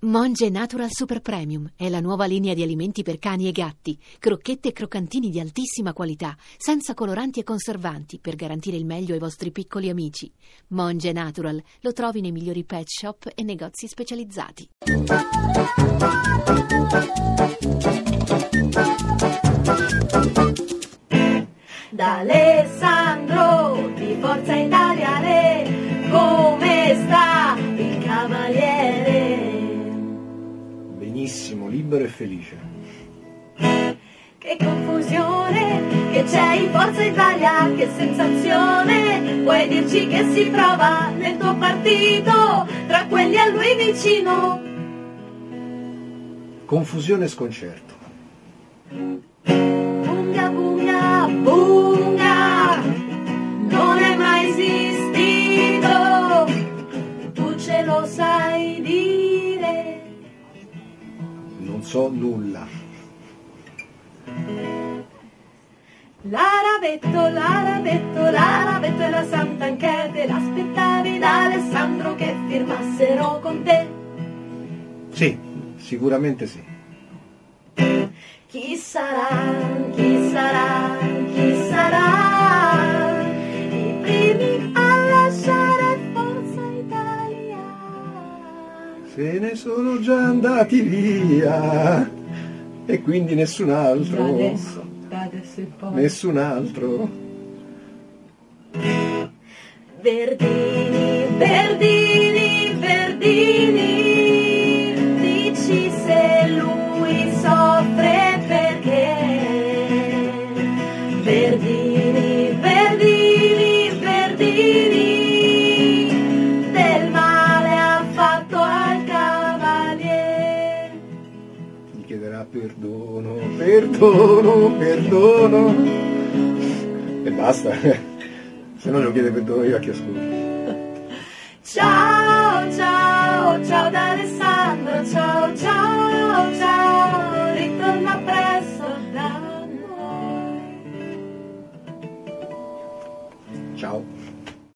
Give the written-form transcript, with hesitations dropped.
Monge Natural Super Premium è la nuova linea di alimenti per cani e gatti, crocchette e croccantini di altissima qualità, senza coloranti e conservanti, per garantire il meglio ai vostri piccoli amici. Monge Natural lo trovi nei migliori pet shop e negozi specializzati. Da Alessandro di Forza Italia, come sta il cavaliere? Benissimo, libero e felice. Che confusione che c'è in Forza Italia, che sensazione, puoi dirci che si prova nel tuo partito, tra quelli a lui vicino? Confusione e sconcerto. Bunga, bunga, bunga, non è mai esistito, tu ce lo sai dire. Non so nulla. L'aravetto e la Sant'Anchete, l'aspettavi da Alessandro che firmassero con te? Sì, sicuramente sì. Chi sarà i primi a lasciare Forza Italia? Se ne sono già andati via e quindi nessun altro. Da adesso in poi. Nessun altro. Verdini, dici se lui soffre perché. Verdini, del male ha fatto al cavaliere. Gli chiederà perdono. E basta. Se no glielo chiede perdono io a chi ascolta.